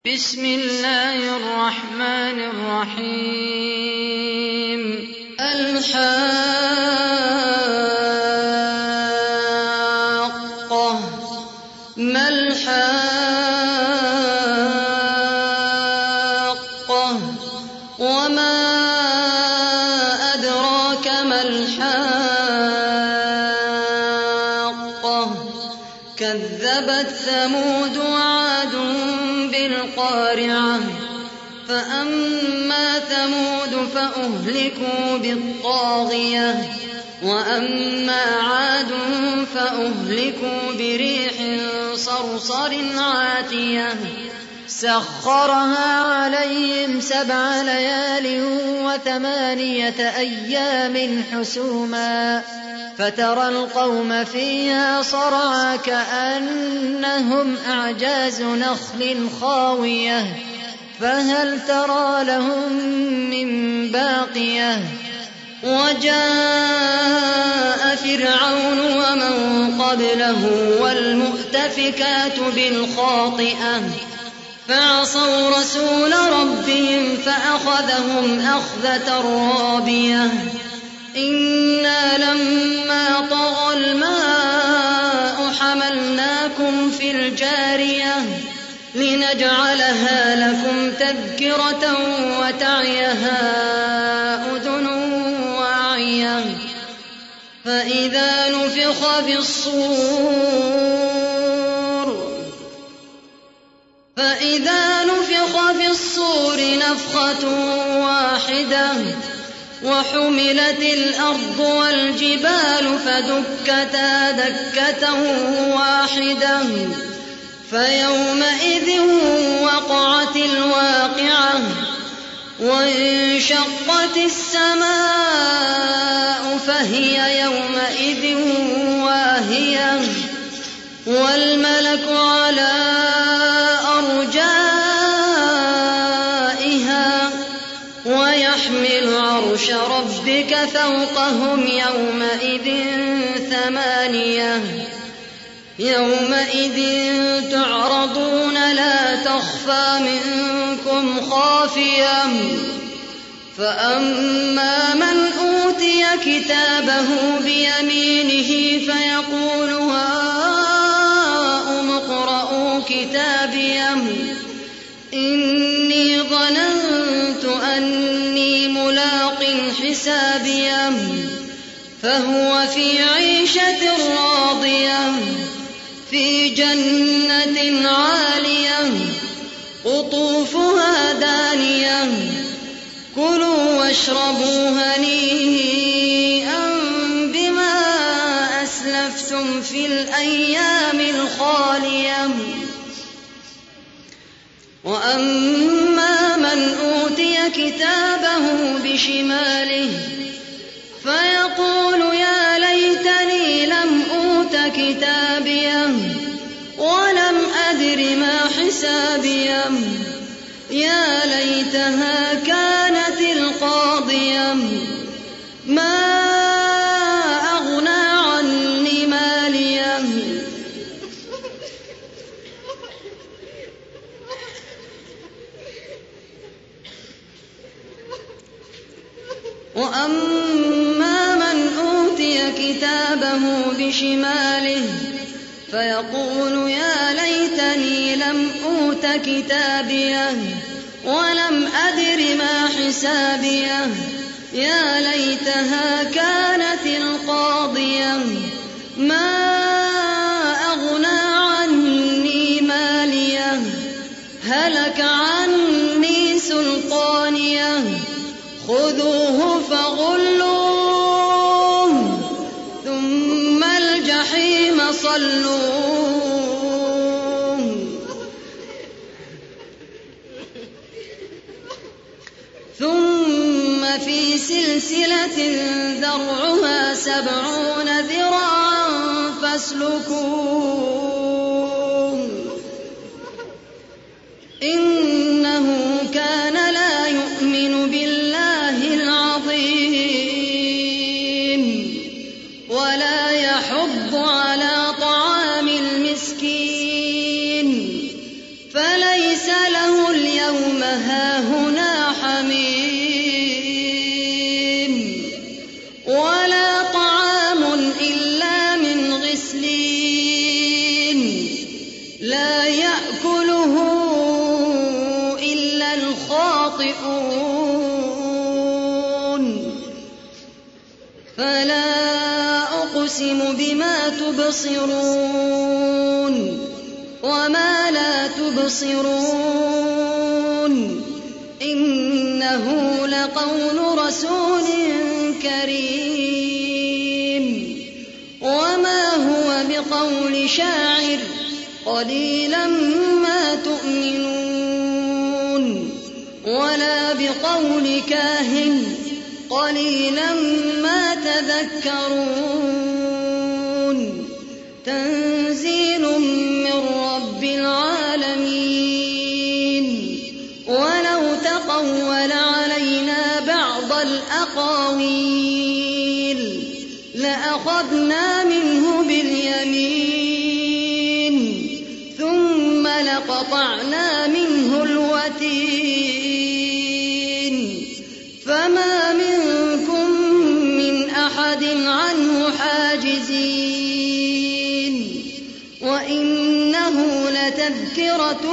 بسم الله الرحمن الرحيم. الحاقة ما الحاقة وما أدراك ما الحاقة كذبت ثمود وعاد بالقارعة فأما ثمود فأهلكوا بالطاغية وأما عاد فأهلكوا بريح صرصر عاتية سخرها عليهم 7 ليال و8 أيام حسوما فترى القوم فيها صرعى كأنهم أعجاز نخل خاوية فهل ترى لهم من باقية وجاء فرعون ومن قبله والمؤتفكات بالخاطئة فعصوا رسول ربهم فأخذهم أخذة رابية إنا لما طغى الماء حملناكم في الجارية لنجعلها لكم تذكرة وتعيها أذن واعية فإذا نفخ في الصور نفخة واحدة وحملت الأرض والجبال فدكتا دكة واحدة فيومئذ وقعت الواقعة وانشقت السماء فهي يومئذ واهية والملك على أرجائها ويحمل عرش ربك فوقهم يومئذ تعرضون لا تخفى منكم خافية فأما من أوتي كتابه بيمينه فيقول هاؤم اقرءوا كتابيه إني ظننت أني ملاق حسابيه فهو في عيشة راضية في جنة عالية قطوفها دانية كلوا واشربوا هنيئا بما أسلفتم في الأيام الخالية وأما من أوتي كتابه بشماله فيقول يا ليتني لم أوت كتابيه ولم أدر ما حسابيه يا ليتها كانت القاضية ما أغنى عني ماليه وأما من أوتي كتابه بشماله فيقول يا ليتني لم أوت كتابيه ولم أدر ما حسابيه يا ليتها كانت القاضية ما أغنى عني ماليه هلك عني سلطانيه خذوه فغلوه ثم الجحيم صلوه ثم في سلسلة ذرعها 70 ذراعا فاسلكوه إنه كان لا يؤمن بالله العظيم ولا يحض على طعام المسكين فليس له تبصرون إنه لقول رسول كريم وما هو بقول شاعر قليلا ما تؤمنون ولا بقول كاهن قليلا ما تذكرون تنزيل من رب العالمين ولو تقول علينا بعض الأقاويل لأخذنا منه باليمين ثم لقطعنا منه الوتين فما منكم من أحد عنه حاجزين وإنه لتذكرة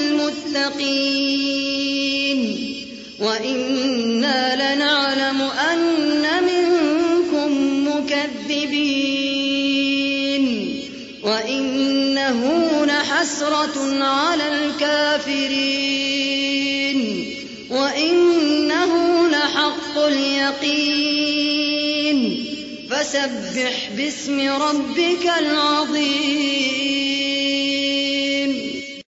للمتقين وإنا لنعلم أن منكم مكذبين وإنه لحسرة على الكافرين وإنه لحق اليقين فسبح باسم ربك العظيم